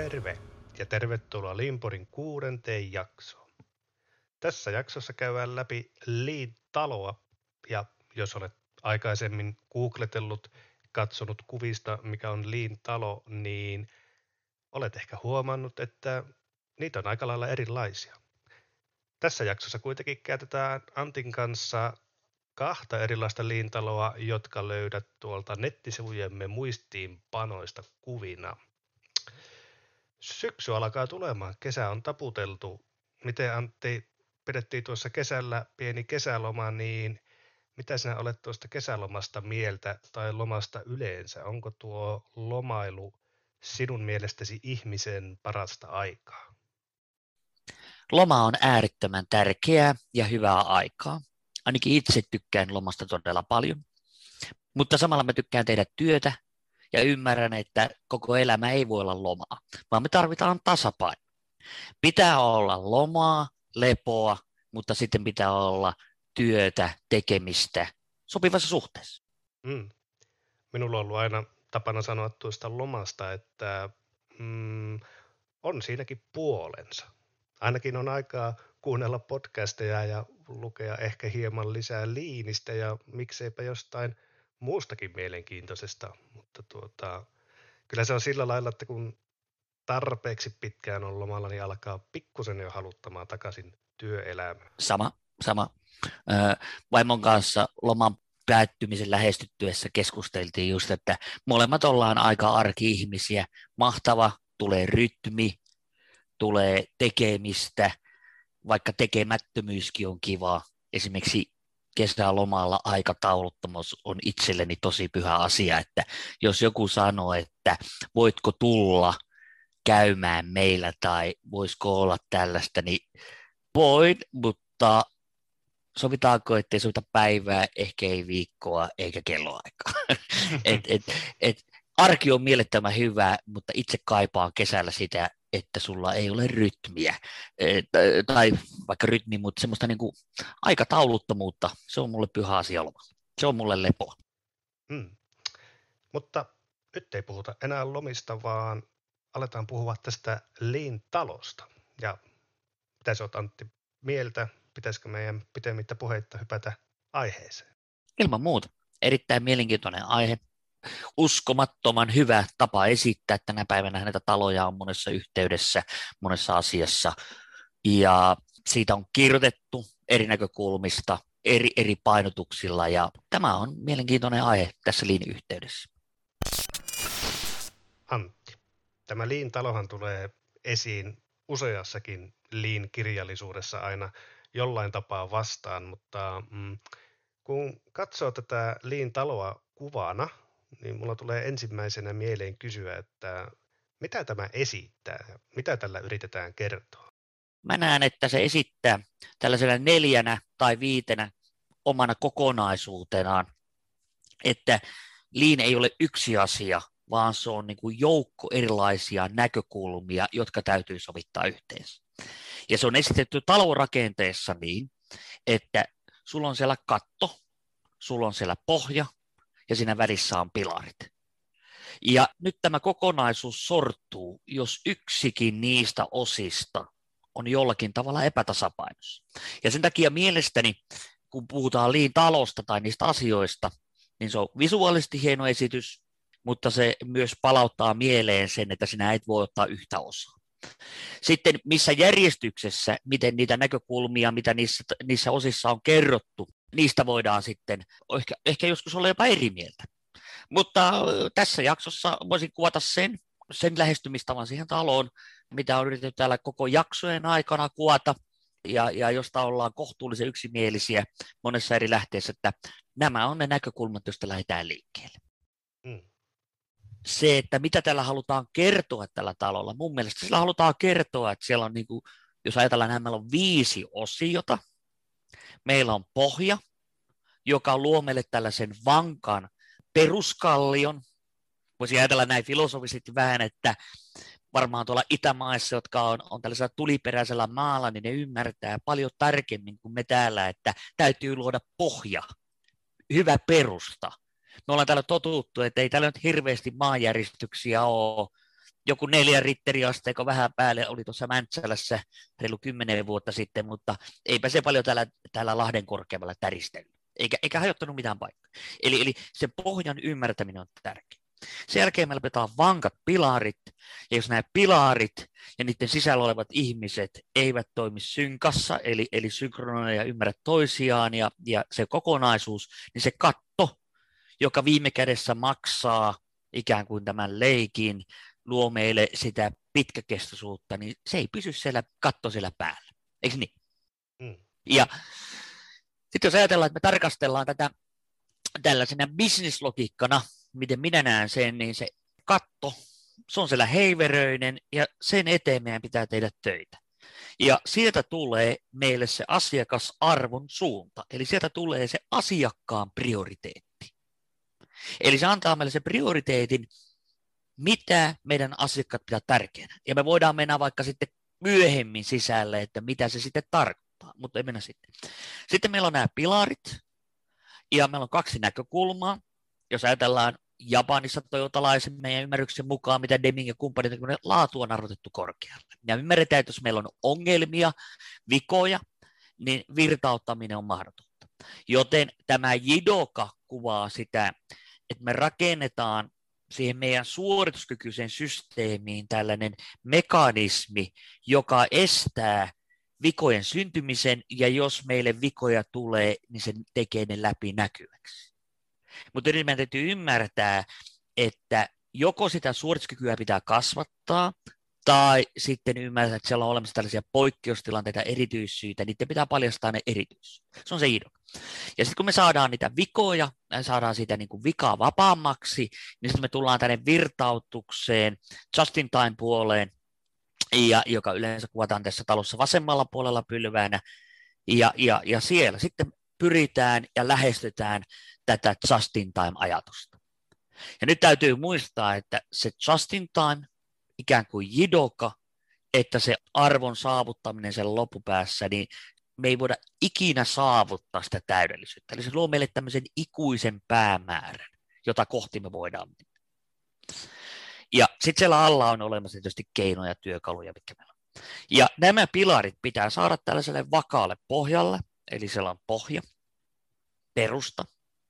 Terve ja tervetuloa Limporin 6. jaksoon. Tässä jaksossa käydään läpi Lean-taloa ja jos olet aikaisemmin googletellut, katsonut kuvista mikä on Lean-talo, niin olet ehkä huomannut, että niitä on aika lailla erilaisia. Tässä jaksossa kuitenkin käytetään Antin kanssa 2 erilaista Lean-taloa, jotka löydät tuolta nettisivujemme muistiinpanoista kuvina. Syksy alkaa tulemaan, kesä on taputeltu. Miten Antti, pidettiin tuossa kesällä pieni kesäloma, niin mitä sinä olet tuosta kesälomasta mieltä tai lomasta yleensä? Onko tuo lomailu sinun mielestäsi ihmisen parasta aikaa? Loma on äärettömän tärkeää ja hyvää aikaa. Ainakin itse tykkään lomasta todella paljon. Mutta samalla mä tykkään tehdä työtä ja ymmärrän, että koko elämä ei voi olla lomaa, vaan me tarvitaan tasapaino. Pitää olla lomaa, lepoa, mutta sitten pitää olla työtä, tekemistä sopivassa suhteessa. Minulla on ollut aina tapana sanoa tuosta lomasta, että on siinäkin puolensa. Ainakin on aikaa kuunnella podcasteja ja lukea ehkä hieman lisää Leanistä ja mikseipä jostain muustakin mielenkiintoisesta, mutta kyllä se on sillä lailla, että kun tarpeeksi pitkään on lomalla, niin alkaa pikkusen jo haluttamaan takaisin työelämään. Sama. Vaimon kanssa loman päättymisen lähestyttyessä keskusteltiin just, että molemmat ollaan aika arki-ihmisiä. Mahtava, tulee rytmi, tulee tekemistä, vaikka tekemättömyyskin on kivaa. Esimerkiksi kesälomalla aikatauluttomuus on itselleni tosi pyhä asia, että jos joku sanoo, että voitko tulla käymään meillä tai voisiko olla tällaista, niin voin, mutta sovitaanko, ettei sovita päivää, ehkä ei viikkoa eikä kelloaikaa. Arki on mielettömän hyvää, mutta itse kaipaan kesällä sitä, että sulla ei ole rytmiä, tai vaikka rytmi, mutta semmoista niin kuin aikatauluttomuutta, se on mulle pyhä asia lomalla. Se on mulle lepoa. Mutta nyt ei puhuta enää lomista, vaan aletaan puhua tästä Lean-talosta. Ja mitä sä oot, Antti, mieltä? Pitäisikö meidän pitemmittä puheitta hypätä aiheeseen? Ilman muuta. Erittäin mielenkiintoinen aihe. Uskomattoman hyvä tapa esittää. Tänä päivänä näitä taloja on monessa yhteydessä, monessa asiassa. Ja siitä on kirjoitettu eri näkökulmista, eri painotuksilla. Ja tämä on mielenkiintoinen aihe tässä Lean-yhteydessä. Antti, tämä Lean-talohan tulee esiin useassakin Lean-kirjallisuudessa aina jollain tapaa vastaan, mutta kun katsoo tätä Lean-taloa kuvana, niin mulla tulee ensimmäisenä mieleen kysyä, että mitä tämä esittää ja mitä tällä yritetään kertoa? Mä näen, että se esittää tällaisena 4 tai 5 omana kokonaisuutenaan, että Lean ei ole yksi asia, vaan se on niin kuin joukko erilaisia näkökulmia, jotka täytyy sovittaa yhteensä. Ja se on esitetty talorakenteessa niin, että sulla on siellä katto, sulla on siellä pohja ja siinä välissä on pilarit. Ja nyt tämä kokonaisuus sortuu, jos yksikin niistä osista on jollakin tavalla epätasapainossa. Ja sen takia mielestäni, kun puhutaan Lean-talosta tai niistä asioista, niin se on visuaalisesti hieno esitys, mutta se myös palauttaa mieleen sen, että sinä et voi ottaa yhtä osaa. Sitten missä järjestyksessä, miten niitä näkökulmia, mitä niissä osissa on kerrottu, niistä voidaan sitten ehkä joskus olla jopa eri mieltä. Mutta tässä jaksossa voisin kuvata sen lähestymistavan siihen taloon, mitä on yritetty täällä koko jaksojen aikana kuvata, ja josta ollaan kohtuullisen yksimielisiä monessa eri lähteessä, että nämä on ne näkökulmat, joista lähdetään liikkeelle. Se, että mitä tällä halutaan kertoa tällä talolla, mun mielestä sillä halutaan kertoa, että siellä on, niin kuin, jos ajatellaan, että meillä on 5 osiota, meillä on pohja, joka luo meille tällaisen vankan peruskallion. Voisi ajatella näin filosofisesti vähän, että varmaan tuolla Itämaissa, jotka on tällaisella tuliperäisellä maalla, niin ne ymmärtää paljon tarkemmin kuin me täällä, että täytyy luoda pohja, hyvä perusta. Me ollaan täällä totuttu, että ei täällä nyt hirveästi maanjäristyksiä ole, joku 4 ritteriasteikko vähän päälle oli tuossa Mäntsälässä reilu 10 vuotta sitten, mutta eipä se paljon täällä Lahden korkeammalla täristellyt, eikä hajottanut mitään paikkaa. Eli sen pohjan ymmärtäminen on tärkeä. Sen jälkeen meillä pitää olla vankat pilarit, ja jos nämä pilarit ja niiden sisällä olevat ihmiset eivät toimi synkassa, eli synkronoida ja ymmärrä toisiaan, ja se kokonaisuus, niin se katto, joka viime kädessä maksaa ikään kuin tämän leikin, luo meille sitä pitkäkestoisuutta, niin se ei pysy katto siellä päällä. Eikö niin? Mm. Ja sitten jos ajatellaan, että me tarkastellaan tätä tällaisena bisnislogiikkana, miten minä näen sen, niin se katto, se on siellä heiveröinen ja sen eteen meidän pitää tehdä töitä. Ja sieltä tulee meille se asiakasarvon suunta, eli sieltä tulee se asiakkaan prioriteetti. Eli se antaa meille se prioriteetin, mitä meidän asiakkaat pitää tärkeänä. Ja me voidaan mennä vaikka sitten myöhemmin sisälle, että mitä se sitten tarkoittaa, mutta ei mennä sitten. Sitten meillä on nämä pilarit, ja meillä on 2 näkökulmaa. Jos ajatellaan Japanissa toyotalaisen meidän ymmärryksen mukaan, mitä Deming ja kumppanit, niin laatu on arvotettu korkealle. Ja ymmärretään, että jos meillä on ongelmia, vikoja, niin virtauttaminen on mahdotonta. Joten tämä Jidoka kuvaa sitä, että me rakennetaan siihen meidän suorituskykyiseen systeemiin tällainen mekanismi, joka estää vikojen syntymisen, ja jos meille vikoja tulee, niin se tekee ne läpinäkyväksi. Mutta nyt meidän täytyy ymmärtää, että joko sitä suorituskykyä pitää kasvattaa, tai sitten ymmärtää, että siellä on olemassa tällaisia poikkeustilanteita, erityissyitä, niiden pitää paljastaa ne erityisyys. Se on se idea. Ja sitten kun me saadaan niitä vikoja, ja saadaan siitä niin kuin vikaa vapaammaksi, niin sitten me tullaan tänne virtautukseen, just-in-time-puoleen, joka yleensä kuvataan tässä talossa vasemmalla puolella pylväänä, ja siellä sitten pyritään ja lähestytään tätä just-in-time-ajatusta. Ja nyt täytyy muistaa, että se just-in-time, ikään kuin jidoka, että se arvon saavuttaminen sen loppupäässä, niin me ei voida ikinä saavuttaa sitä täydellisyyttä. Eli se luo meille tämmöisen ikuisen päämäärän, jota kohti me voidaan mennä. Ja sitten siellä alla on olemassa tietysti keinoja ja työkaluja, mitkä meillä on. Ja nämä pilarit pitää saada tällaiselle vakaalle pohjalle, eli siellä on pohja, perusta.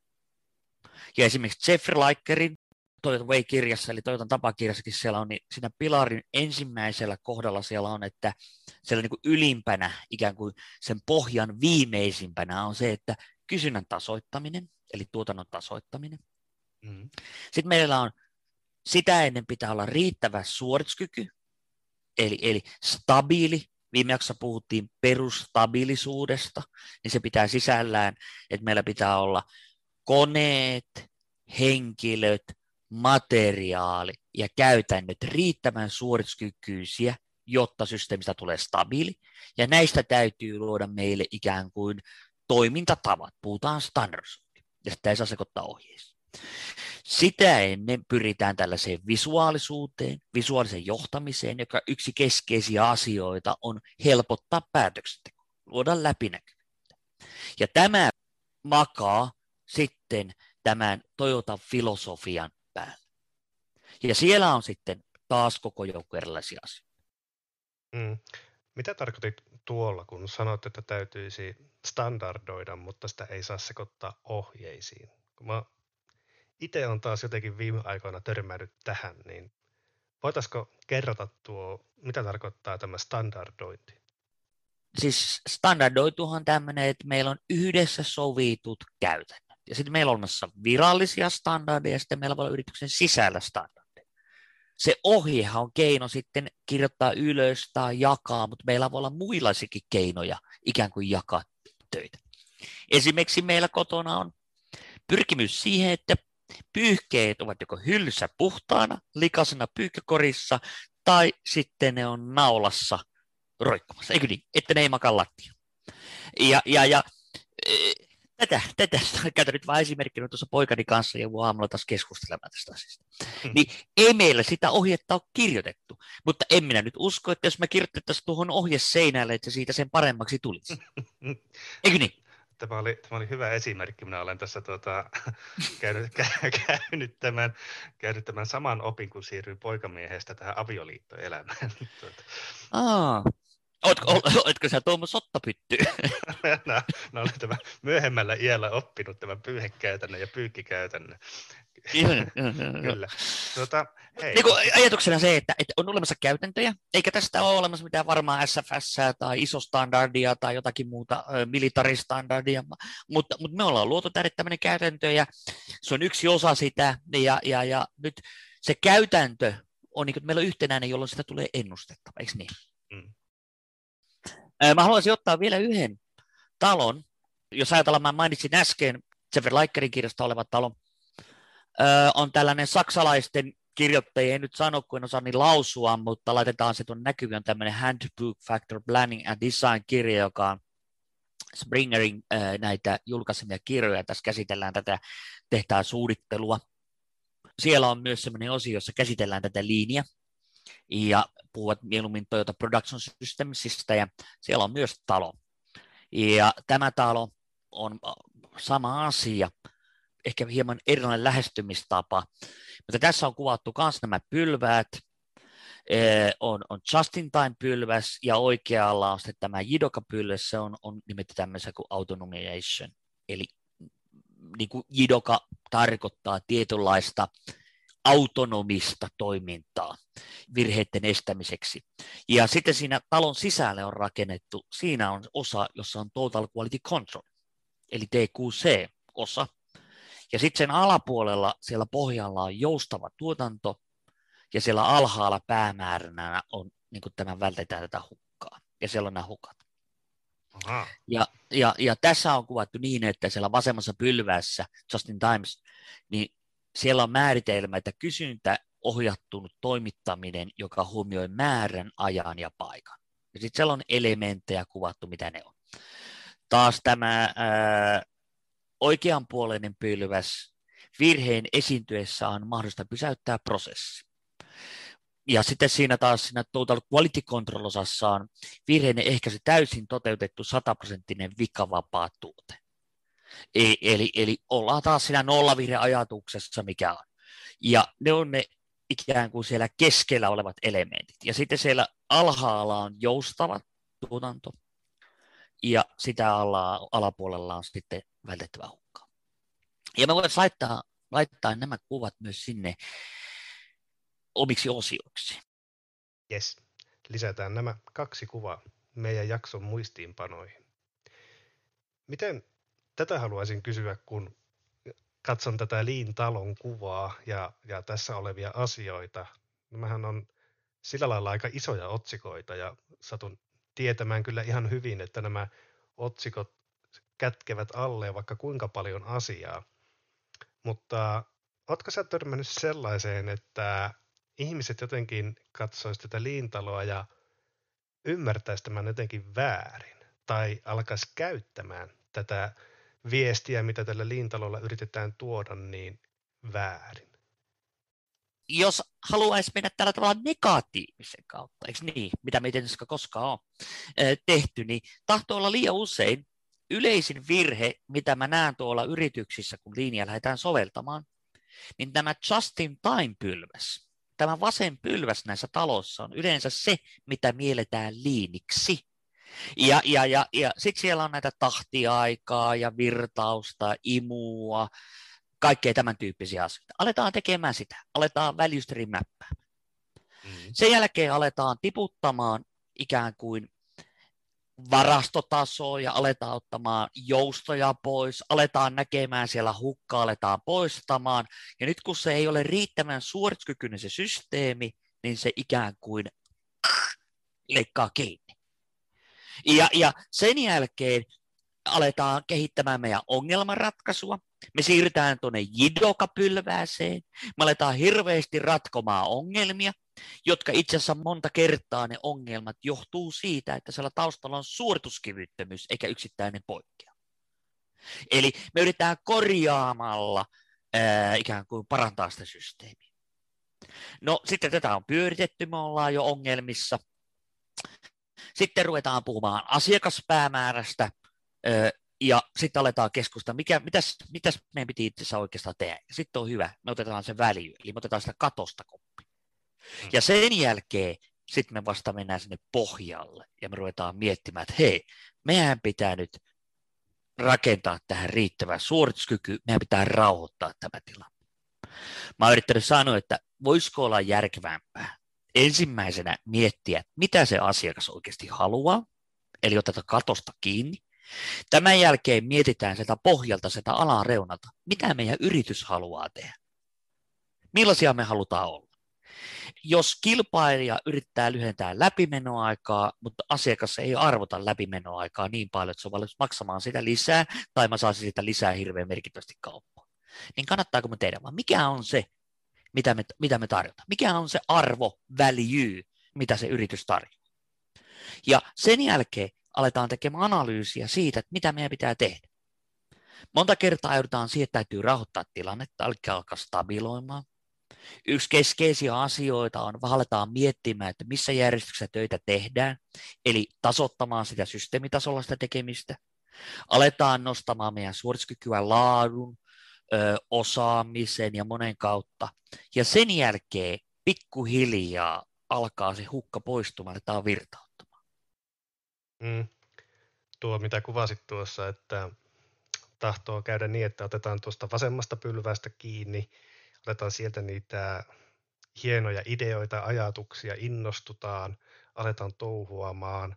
Ja esimerkiksi Jeffrey Likerin Toyota Way-kirjassa, eli Toyotan tapakirjassakin siellä on, niin siinä pilarin ensimmäisellä kohdalla siellä on, että siellä niin kuin ylimpänä, ikään kuin sen pohjan viimeisimpänä on se, että kysynnän tasoittaminen, eli tuotannon tasoittaminen. Mm. Sitten meillä on, sitä ennen pitää olla riittävä suorituskyky, eli stabiili. Viime jaksossa puhuttiin perustabilisuudesta, niin se pitää sisällään, että meillä pitää olla koneet, henkilöt, materiaali ja käytännöt riittävän suorituskykyisiä, jotta systeemistä tulee stabiili. Ja näistä täytyy luoda meille ikään kuin toimintatavat. Puhutaan standardisointi, ja sitä ei saa sekoittaa ohjeisiin. Sitä ennen pyritään tällaiseen visuaalisuuteen, visuaaliseen johtamiseen, joka yksi keskeisiä asioita on helpottaa päätöksentekoa, luoda läpinäkyvyyttä. Ja tämä makaa sitten tämän Toyotan filosofian päällä. Ja siellä on sitten taas koko joukko erilaisia asioita. Mitä tarkoitit tuolla, kun sanoit, että täytyisi standardoida, mutta sitä ei saa sekoittaa ohjeisiin? Kun mä itse olen taas jotenkin viime aikoina törmännyt tähän, niin voitaisiko kerrata mitä tarkoittaa tämä standardointi? Siis standardoituhan tämmöinen, että meillä on yhdessä sovitut käytännöt. Ja sitten meillä on olemassa virallisia standardeja, ja sitten meillä voi olla yrityksen sisällä standardeja. Se ohjehan on keino sitten kirjoittaa ylös tai jakaa, mutta meillä voi olla muillaisikin keinoja ikään kuin jakaa töitä. Esimerkiksi meillä kotona on pyrkimys siihen, että pyyhkeet ovat joko hyllyssä puhtaana, likaisena pyyhkökorissa, tai sitten ne on naulassa roikkumassa, eikö niin? Että ne ei makaa lattia. Tätä käytän nyt vain esimerkkinä tuossa poikani kanssa ja aamulla taas keskustelemaan tästä asiasta. Niin ei meillä sitä ohjetta ole kirjoitettu, mutta en minä nyt usko, että jos me kirjoitettaisiin tuohon ohjeseinälle, että siitä sen paremmaksi tulisi. Eikö niin? Tämä oli hyvä esimerkki. Minä olen tässä käynyt tämän saman opin, kun siirryin poikamiehestä tähän avioliittoelämään. Oletko sä Tuomo Sottapytty? Mä olen tämän myöhemmällä iällä oppinut tämän pyyhekäytännön ja pyykkikäytännön. Kyllä. Hei. Niin ajatuksena se, että on olemassa käytäntöjä, eikä tästä ole olemassa mitään varmaa SFS tai iso-standardia tai jotakin muuta militaristandardia, mutta me ollaan luotu tämmöinen käytäntö ja se on yksi osa sitä ja nyt se käytäntö on niin kuin, että meillä on yhtenäinen, jolloin sitä tulee ennustettava, eikö niin? Mä haluaisin ottaa vielä yhden talon, jos ajatellaan, mä mainitsin äsken Jeffrey Leikerin kirjasta oleva talo, on tällainen saksalaisten kirjoittajia, en nyt sano, kun en osaa niin lausua, mutta laitetaan se tuon näkyviin, on tämmöinen Handbook Factor Planning and Design-kirja, joka on Springerin näitä julkaisemia kirjoja. Tässä käsitellään tätä tehtaan suunnittelua. Siellä on myös semmoinen osio, jossa käsitellään tätä liiniä ja puhuvat mieluummin Toyota Production Systemsistä ja siellä on myös talo. Ja tämä talo on sama asia, ehkä hieman erilainen lähestymistapa, mutta tässä on kuvattu myös nämä pylväät, on just-in-time-pylväs ja oikealla on sitten tämä Jidoka-pylväs, se on nimetty tämmöisen kuin autonomization, eli niin kuin Jidoka tarkoittaa tietynlaista autonomista toimintaa virheiden estämiseksi. Ja sitten siinä talon sisälle on rakennettu, siinä on osa, jossa on Total Quality Control, eli TQC-osa. Ja sitten sen alapuolella, siellä pohjalla on joustava tuotanto, ja siellä alhaalla päämääränä on, niin kuin tämän vältetään tätä hukkaa, ja siellä on nämä hukat. Ja tässä on kuvattu niin, että siellä vasemmassa pylvässä, Just in Times, niin siellä on määritelmä, että kysyntäohjattunut toimittaminen, joka huomioi määrän, ajan ja paikan. Ja sitten siellä on elementtejä kuvattu, mitä ne on. Taas tämä oikeanpuoleinen pylväs, virheen esiintyessä on mahdollista pysäyttää prosessi. Ja sitten siinä taas siinä Total Quality Control-osassa on virheinen ehkäisy täysin toteutettu 100% vikavapaa tuote. Eli ollaan taas siinä nollavirheajatuksessa, mikä on. Ja ne on ne ikään kuin siellä keskellä olevat elementit. Ja sitten siellä alhaalla on joustava tuotanto, ja sitä alapuolella on sitten vältettävä hukka. Ja me voidaan laittaa nämä kuvat myös sinne omiksi osioiksi. Yes. Lisätään nämä 2 kuvaa meidän jakson muistiinpanoihin. Miten tätä haluaisin kysyä, kun katson tätä Lean-talon kuvaa ja tässä olevia asioita. Nämähän on sillä lailla aika isoja otsikoita ja satun tietämään kyllä ihan hyvin, että nämä otsikot kätkevät alle vaikka kuinka paljon asiaa. Mutta ootko sä törmännyt sellaiseen, että ihmiset jotenkin katsoisivat tätä Lean-taloa ja ymmärtäisi tämän jotenkin väärin tai alkaisi käyttämään tätä viestiä, mitä tällä Lean-talolla yritetään tuoda, niin väärin? Jos haluaisi mennä tällä tavalla negatiivisen kautta, eikö niin, mitä me ei tietysti koskaan ole tehty, niin tahtoo olla liian usein yleisin virhe, mitä mä näen tuolla yrityksissä, kun Leania lähdetään soveltamaan, niin tämä just-in-time-pylväs, tämä vasen pylväs näissä taloissa on yleensä se, mitä mielletään liiniksi. Ja sitten siellä on näitä tahtiaikaa ja virtausta, imua, kaikkea tämän tyyppisiä asioita. Aletaan tekemään sitä, aletaan value-stream mappaamaan. Sen jälkeen aletaan tiputtamaan ikään kuin varastotasoa ja aletaan ottamaan joustoja pois, aletaan näkemään siellä hukkaa, aletaan poistamaan. Ja nyt kun se ei ole riittävän suorituskykyinen se systeemi, niin se ikään kuin leikkaa kiinni. Ja sen jälkeen aletaan kehittämään meidän ongelmanratkaisua. Me siirrytään tuonne Jidoka-pylvääseen. Me aletaan hirveästi ratkomaan ongelmia, jotka itse asiassa monta kertaa ne ongelmat johtuu siitä, että siellä taustalla on suorituskyvyttömyys eikä yksittäinen poikkeama. Eli me yritetään korjaamalla ikään kuin parantaa sitä systeemiä. No sitten tätä on pyöritetty, me ollaan jo ongelmissa. Sitten ruvetaan puhumaan asiakaspäämäärästä Ja sitten aletaan keskustella, mitäs meidän piti itse asiassa oikeastaan tehdä. Ja sitten on hyvä, me otetaan se väliö, eli me otetaan sitä katosta koppi. Ja sen jälkeen sitten me vasta mennään sinne pohjalle ja me ruvetaan miettimään, että hei, meidän pitää nyt rakentaa tähän riittävä suorituskyky, meidän pitää rauhoittaa tämä tilanne. Mä oon yrittänyt sanoa, että voisiko olla järkevämpää ensimmäisenä miettiä, mitä se asiakas oikeasti haluaa, eli otetaan katosta kiinni. Tämän jälkeen mietitään sitä pohjalta, sitä alareunalta, mitä meidän yritys haluaa tehdä. Millaisia me halutaan olla. Jos kilpailija yrittää lyhentää läpimenoaikaa, mutta asiakas ei arvota läpimenoaikaa niin paljon, että se on valmis maksamaan sitä lisää, tai mä saisin sitä lisää hirveän merkittävästi kauppaa, niin kannattaako me tehdä, vaan mikä on se, mitä me tarjotaan? Mikä on se arvo, value, mitä se yritys tarjoaa? Ja sen jälkeen aletaan tekemään analyysiä siitä, että mitä meidän pitää tehdä. Monta kertaa joudutaan siihen, että täytyy rauhoittaa tilannetta, alkaa stabiloimaan. Yksi keskeisiä asioita on, aletaan miettimään, että missä järjestyksessä töitä tehdään, eli tasoittamaan sitä systeemitasolla sitä tekemistä. Aletaan nostamaan meidän suorituskykyä laadun, osaamisen ja monen kautta. Ja sen jälkeen pikkuhiljaa alkaa se hukka poistumaan, että tämä on virtauttamaan. Tuo, mitä kuvasit tuossa, että tahtoo käydä niin, että otetaan tuosta vasemmasta pylvästä kiinni, otetaan sieltä niitä hienoja ideoita, ajatuksia, innostutaan, aletaan touhuamaan.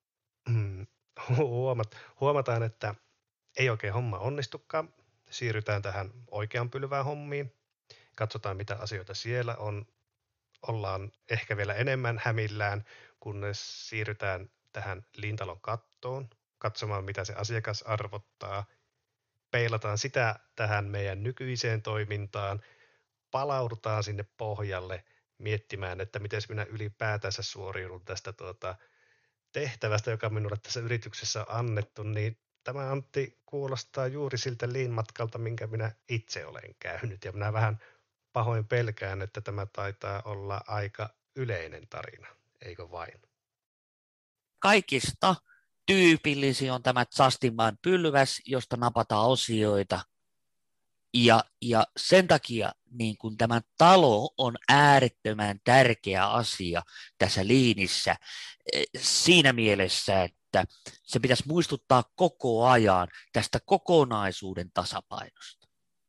Huomataan, että ei oikein homma onnistukaan. Siirrytään tähän oikean pylvään hommiin. Katsotaan, mitä asioita siellä on. Ollaan ehkä vielä enemmän hämillään, kunnes siirrytään tähän Lean-talon kattoon, katsomaan, mitä se asiakas arvottaa. Peilataan sitä tähän meidän nykyiseen toimintaan. Palaudutaan sinne pohjalle miettimään, että miten minä ylipäätänsä suoriudun tästä tehtävästä, joka minulle tässä yrityksessä on annettu, niin tämä Antti kuulostaa juuri siltä Lean-matkalta, minkä minä itse olen käynyt, ja minä vähän pahoin pelkään, että tämä taitaa olla aika yleinen tarina, eikö vain? Kaikista tyypillisin on tämä just-in-time pylväs, josta napataan osioita. Ja sen takia niin kun tämä talo on äärettömän tärkeä asia tässä Leanissä siinä mielessä, että se pitäisi muistuttaa koko ajan tästä kokonaisuuden tasapainosta.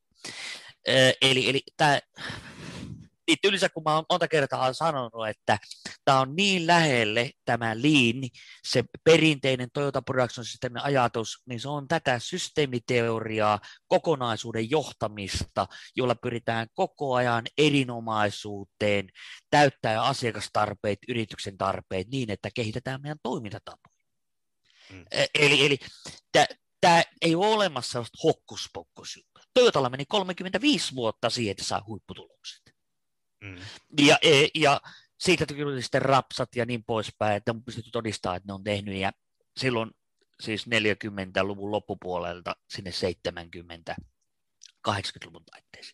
Eli tämä yleensä, kun mä oon monta kertaa sanonut, että tämä on niin lähelle tämä Lean, se perinteinen Toyota Production Systemin ajatus, niin se on tätä systeemiteoriaa, kokonaisuuden johtamista, jolla pyritään koko ajan erinomaisuuteen, täyttää asiakastarpeet, yrityksen tarpeet niin, että kehitetään meidän toimintatapoja. Eli tämä ei ole olemassa sellaista hokkuspokkusjuttua. Toyotalla meni 35 vuotta siihen, että saa huipputulokset. Ja siitä tuli sitten rapsat ja niin poispäin, että on pystytty todistamaan, että ne on tehnyt, ja silloin siis 40-luvun loppupuolelta sinne 70-80-luvun taitteisiin.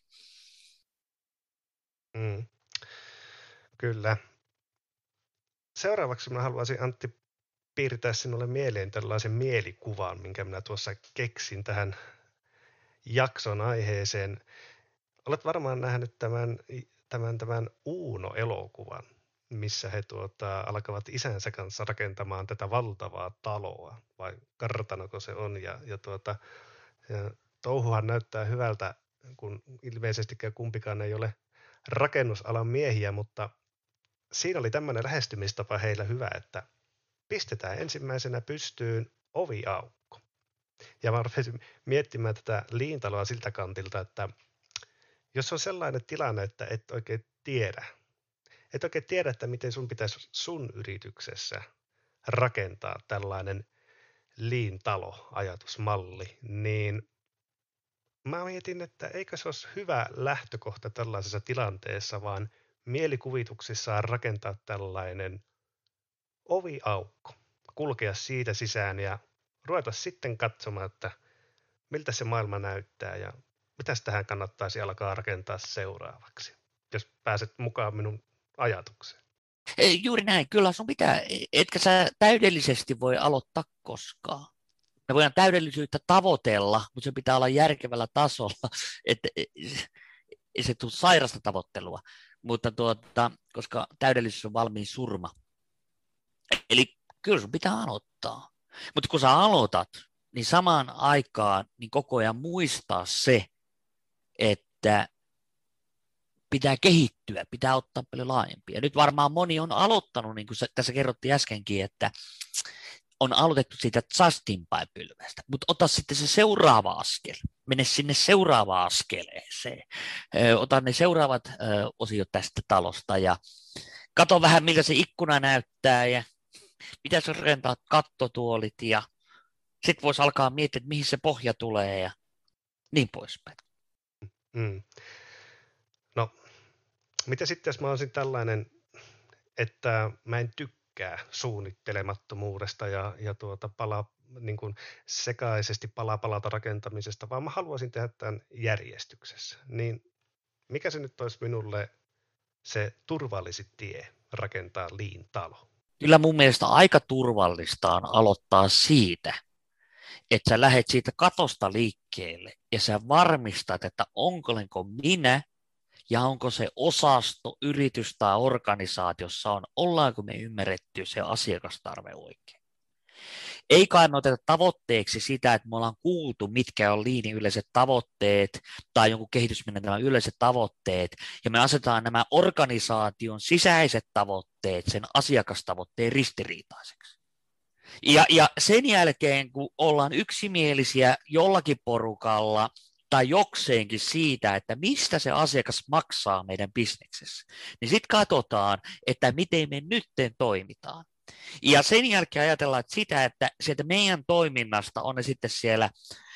Kyllä. Seuraavaksi mä haluaisin, Antti, piirtää sinulle mieleen tällaisen mielikuvan, minkä minä tuossa keksin tähän jakson aiheeseen. Olet varmaan nähnyt tämän Uuno-elokuvan, missä he alkavat isänsä kanssa rakentamaan tätä valtavaa taloa, vai kartanoko se on, ja touhuhan näyttää hyvältä, kun ilmeisestikään kumpikaan ei ole rakennusalan miehiä, mutta siinä oli tämmöinen lähestymistapa heillä hyvä, että pistetään ensimmäisenä pystyyn oviaukko. Ja mä rupesin miettimään tätä Lean-taloa siltä kantilta, että jos on sellainen tilanne, että et oikein tiedä, että miten sun pitäisi sun yrityksessä rakentaa tällainen Lean-talo-ajatusmalli, niin mä mietin, että eikö se olisi hyvä lähtökohta tällaisessa tilanteessa, vaan mielikuvituksissaan rakentaa tällainen oviaukko, kulkea siitä sisään ja ruveta sitten katsomaan, että miltä se maailma näyttää ja mitäs tähän kannattaisi alkaa rakentaa seuraavaksi, jos pääset mukaan minun ajatukseen. Juuri näin, kyllä sun pitää, etkä sä täydellisesti voi aloittaa koskaan. me voidaan täydellisyyttä tavoitella, mutta se pitää olla järkevällä tasolla, että ei se tule sairasta tavoittelua, mutta koska täydellisyys on valmiin surma. Eli kyllä sun pitää aloittaa. Mutta kun sä aloitat, niin samaan aikaan niin koko ajan muistaa se, että pitää kehittyä, pitää ottaa paljon laajempia. Nyt varmaan moni on aloittanut, niin kuin tässä kerrottiin äskenkin, että on aloitettu siitä Justin-pylvästä, mutta ota sitten se seuraava askel, mene sinne seuraavaan askeleeseen, ota ne seuraavat osiot tästä talosta ja katso vähän, miltä se ikkuna näyttää ja mitä sä rakentaat kattotuolit ja sitten voisi alkaa miettiä, että mihin se pohja tulee ja niin poispäin. Mm. No, mitä sitten, jos mä olisin tällainen, että mä en tykkää suunnittelemattomuudesta ja niin kuin sekaisesti palalta rakentamisesta, vaan mä haluaisin tehdä tämän järjestyksessä. Niin mikä se nyt olisi minulle se turvallisin tie rakentaa Lean-talo? Kyllä mun mielestä aika turvallista on aloittaa siitä, että sä lähdet siitä katosta liikkeelle ja sä varmistat, että onko minä ja onko se osasto, yritys tai organisaatiossa ollaanko me ymmärretty se asiakastarve oikein. Ei kai me oteta tavoitteeksi sitä, että me ollaan kuultu, mitkä on Leanin yleiset tavoitteet tai jonkun kehitysmenetelmän yleiset tavoitteet, ja me asetetaan nämä organisaation sisäiset tavoitteet sen asiakastavoitteen ristiriitaiseksi. Ja sen jälkeen, kun ollaan yksimielisiä jollakin porukalla tai jokseenkin siitä, että mistä se asiakas maksaa meidän bisneksessä, niin sitten katsotaan, että miten me nytten toimitaan. Ja sen jälkeen ajatellaan että sitä, että sieltä meidän toiminnasta on ne sitten siellä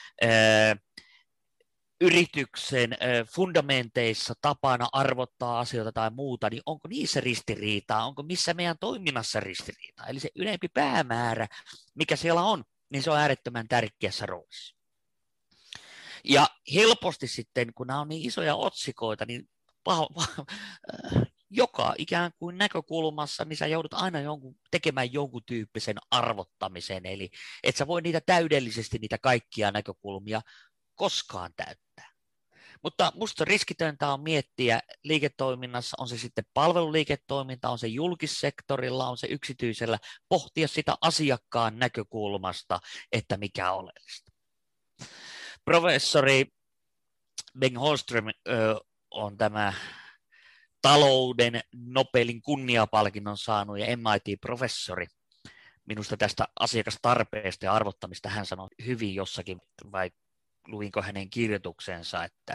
yrityksen fundamenteissa tapana arvottaa asioita tai muuta, niin onko niissä ristiriitaa, onko missä meidän toiminnassa ristiriitaa. Eli se ylempi päämäärä, mikä siellä on, niin se on äärettömän tärkeässä roolissa. Ja helposti sitten, kun nämä on niin isoja otsikoita, niin joka ikään kuin näkökulmassa, niin sä joudut aina tekemään jonkun tyyppisen arvottamisen, eli et sä voi niitä täydellisesti, niitä kaikkia näkökulmia koskaan täyttää. Mutta musta riskitöntä on miettiä liiketoiminnassa, on se sitten palveluliiketoiminta, on se julkissektorilla, on se yksityisellä, pohtia sitä asiakkaan näkökulmasta, että mikä on oleellista. Professori Bengt Holmström on tämä talouden Nobelin kunniapalkinnon saanut ja MIT-professori. Minusta tästä asiakastarpeesta ja arvottamista hän sanoi hyvin jossakin, vai luinko hänen kirjoituksensa, että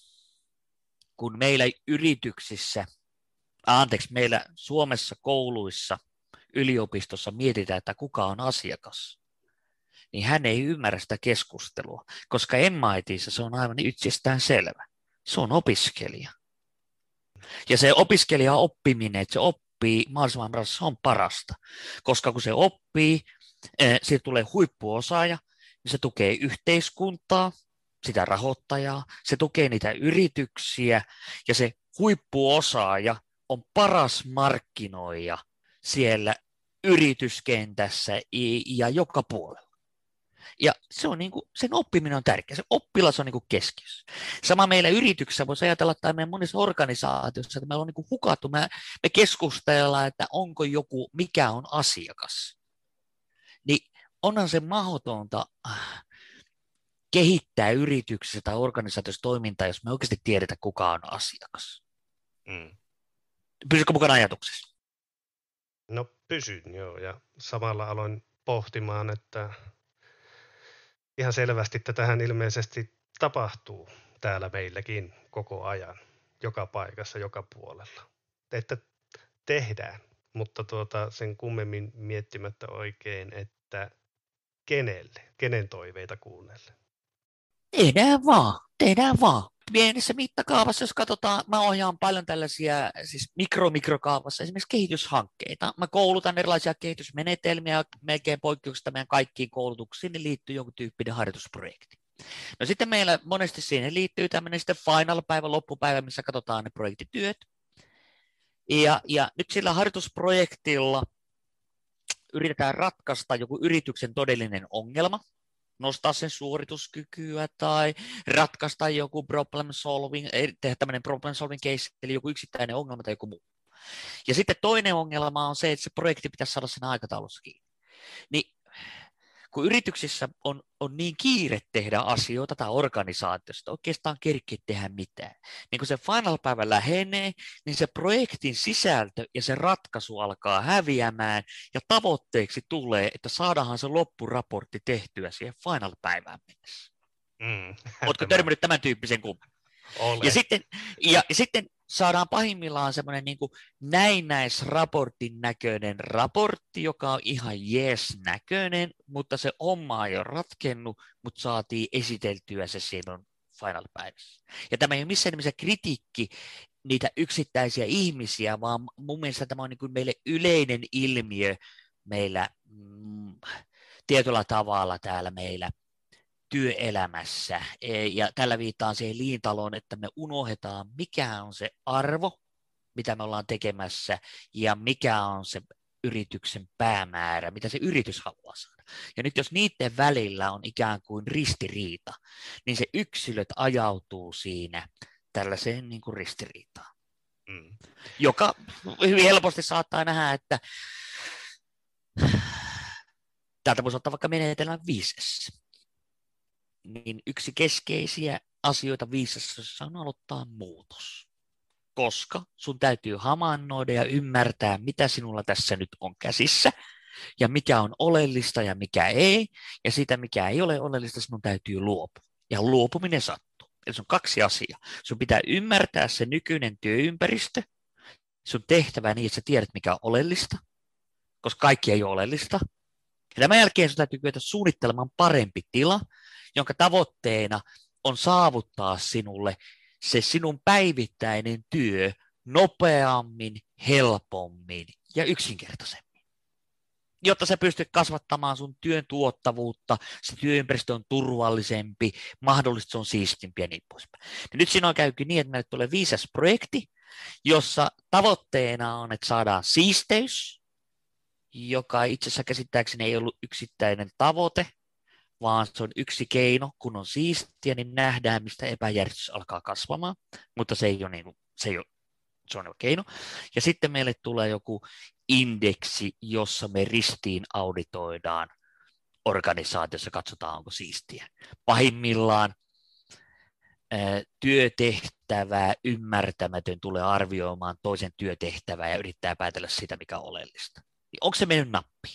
kun meillä yrityksissä, meillä Suomessa kouluissa, yliopistossa mietitään, että kuka on asiakas, niin hän ei ymmärrä sitä keskustelua, koska MITissä se on aivan itsestään selvä. Se on opiskelija. Ja se opiskelija oppiminen, että se oppii mahdollisimman paljon, se on parasta. Koska kun se oppii, siitä tulee huippuosaaja, niin se tukee yhteiskuntaa, sitä rahoittajaa, se tukee niitä yrityksiä, ja se huippuosaaja on paras markkinoija siellä yrityskentässä ja joka puolella. Ja se on sen oppiminen on tärkeä, se oppilas on keskiössä. Sama meillä yrityksessä voisi ajatella, tai meidän monissa organisaatioissa, että meillä on hukattu, me keskustellaan, että onko joku, mikä on asiakas. Niin onhan se mahdotonta kehittää yrityksessä tai organisaatiossa toimintaa, jos me oikeasti tiedetä, kuka on asiakas. Pysytkö mukana ajatuksessa? No pysyn joo, ja samalla aloin pohtimaan, että ihan selvästi tätähän ilmeisesti tapahtuu täällä meilläkin koko ajan, joka paikassa, joka puolella. Että tehdään, mutta sen kummemmin miettimättä oikein, että kenen toiveita kuunnellen. Tehdään vaan. Pienessä mittakaavassa, jos katsotaan, mä ohjaan paljon tällaisia siis mikrokaavassa, esimerkiksi kehityshankkeita. Mä koulutan erilaisia kehitysmenetelmiä, melkein poikkeuksista meidän kaikkiin koulutuksiin, niin liittyy jonkun tyyppinen harjoitusprojekti. No sitten meillä monesti siihen liittyy tämmöinen sitten final-päivä, loppupäivä, missä katsotaan ne projektityöt. Ja nyt sillä harjoitusprojektilla yritetään ratkaista joku yrityksen todellinen ongelma. nostaa sen suorituskykyä tai ratkaista joku problem solving, tehdä tämmöinen problem solving case, eli joku yksittäinen ongelma tai joku muu. Ja sitten toinen ongelma on se, että se projekti pitäisi saada sen aikataulussa kiinni. Niin kun yrityksissä on niin kiire tehdä asioita tai organisaatiosta, oikeastaan kerkeä tehdä mitään. Niin kun se final-päivä lähenee, niin se projektin sisältö ja se ratkaisu alkaa häviämään ja tavoitteeksi tulee, että saadaan se loppuraportti tehtyä siihen final-päivään mennessä. Oletko törmännyt tämän tyyppisen kumman? Ja sitten saadaan pahimmillaan semmoinen niin kuin näennäisraportin näköinen raportti, joka on ihan jees-näköinen, mutta se homma ei ole ratkennut, mutta saatiin esiteltyä se silloin final-päivässä. Ja tämä ei ole missään nimessä kritiikki niitä yksittäisiä ihmisiä, vaan mun mielestä tämä on niin kuin meille yleinen ilmiö meillä tietyllä tavalla täällä meillä työelämässä, ja tällä viittaan siihen Lean-taloon, että me unohdetaan, mikä on se arvo, mitä me ollaan tekemässä, ja mikä on se yrityksen päämäärä, mitä se yritys haluaa saada. Ja nyt jos niiden välillä on ikään kuin ristiriita, niin se yksilöt ajautuu siinä tällaiseen niin kuin ristiriitaan, joka hyvin helposti saattaa nähdä, että täältä voisi ottaa vaikka menetelmän 5S. Niin yksi keskeisiä asioita 5S on aloittaa muutos. Koska sun täytyy havainnoida ja ymmärtää, mitä sinulla tässä nyt on käsissä, ja mikä on oleellista ja mikä ei, ja siitä mikä ei ole oleellista, sinun täytyy luopua. Ja luopuminen sattuu. Eli se on 2 asiaa. Sun pitää ymmärtää se nykyinen työympäristö, sun tehtävä niin, että sä tiedät, mikä on oleellista, koska kaikki ei ole oleellista. Ja tämän jälkeen sun täytyy kyetä suunnittelemaan parempi tila, jonka tavoitteena on saavuttaa sinulle se sinun päivittäinen työ nopeammin, helpommin ja yksinkertaisemmin. Jotta sä pystyt kasvattamaan sun työn tuottavuutta, se työympäristö on turvallisempi, mahdollisesti se on siistimpi ja niin poispäin. Ja nyt siinä on käynyt niin, että meille tulee 5S-projekti, jossa tavoitteena on, että saadaan siisteys, joka itse asiassa käsittääkseni ei ollut yksittäinen tavoite, vaan se on yksi keino, kun on siistiä, niin nähdään, mistä epäjärjestys alkaa kasvamaan, mutta se on jo keino. Ja sitten meille tulee joku indeksi, jossa me ristiin auditoidaan organisaatiossa, katsotaan, onko siistiä. Pahimmillaan työtehtävää ymmärtämätön tulee arvioimaan toisen työtehtävää ja yrittää päätellä sitä, mikä on oleellista. Onko se mennyt nappiin?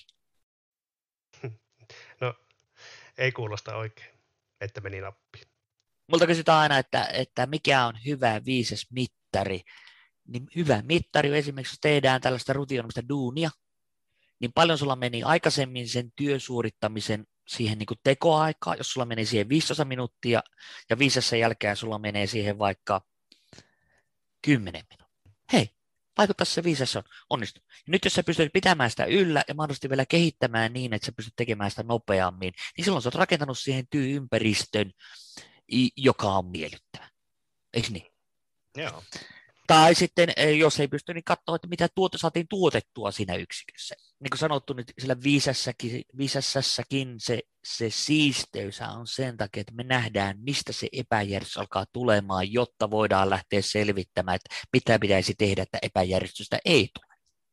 No, ei kuulosta oikein, että meni nappiin. Multa kysytään aina, että mikä on hyvä 5S-mittari. Niin hyvä mittari on esimerkiksi, jos tehdään tällaista rutiinoimista duunia, niin paljon sulla meni aikaisemmin sen työsuorittamisen siihen niin kuin tekoaikaa, jos sulla meni siihen 15 minuuttia, ja 5 jälkeen sulla menee siihen vaikka 10 minuuttia. Hei, vaikuttaa se 5 on onnistu. Ja nyt jos sä pystyt pitämään sitä yllä ja mahdollisesti vielä kehittämään niin, että sä pystyt tekemään sitä nopeammin, niin silloin sä oot rakentanut siihen työympäristön, joka on miellyttävä. Eikö niin? Joo. Tai sitten, jos ei pysty, niin katsoa, että mitä saatiin tuotettua siinä yksikössä. Niin kuin sanottu, niin sillä 5S:ssäkin se siisteys on sen takia, että me nähdään, mistä se epäjärjestys alkaa tulemaan, jotta voidaan lähteä selvittämään, että mitä pitäisi tehdä, että epäjärjestystä ei tule.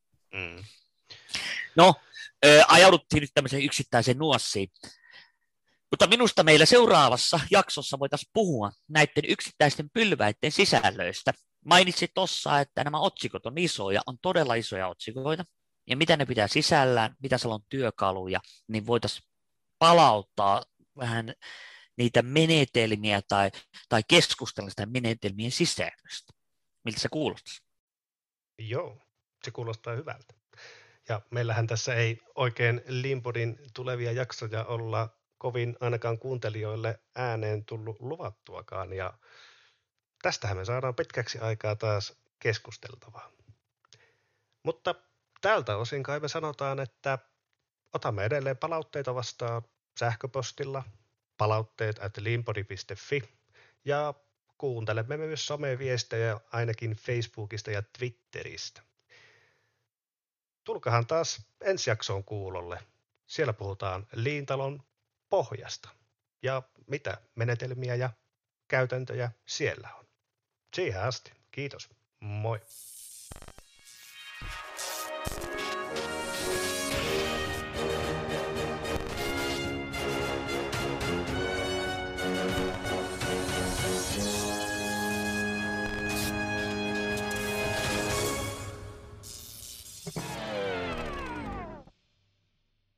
No, ajauduttiin nyt tämmöiseen yksittäiseen nuassiin. Mutta minusta meillä seuraavassa jaksossa voitaisiin puhua näiden yksittäisten pylväiden sisällöistä. Mainitsit tuossa, että nämä otsikot on isoja, on todella isoja otsikoita. Ja mitä ne pitää sisällään, mitä siellä on työkaluja, niin voitaisiin palauttaa vähän niitä menetelmiä tai keskustella sitä menetelmien sisällöstä. Miltä se kuulostaisi? Joo, se kuulostaa hyvältä. Ja meillähän tässä ei oikein Leanpodin tulevia jaksoja olla kovin ainakaan kuuntelijoille ääneen tullut luvattuakaan, ja tästähän me saadaan pitkäksi aikaa taas keskusteltavaa. Mutta tältä osin kai me sanotaan, että otamme edelleen palautteita vastaan sähköpostilla, palautteet@leanpodi.fi, ja kuuntelemme myös someviestejä ainakin Facebookista ja Twitteristä. Tulkahan taas ensi jaksoon kuulolle. Siellä puhutaan Lean-talon pohjasta. ja mitä menetelmiä ja käytäntöjä siellä on. Siihen asti. Kiitos. Moi.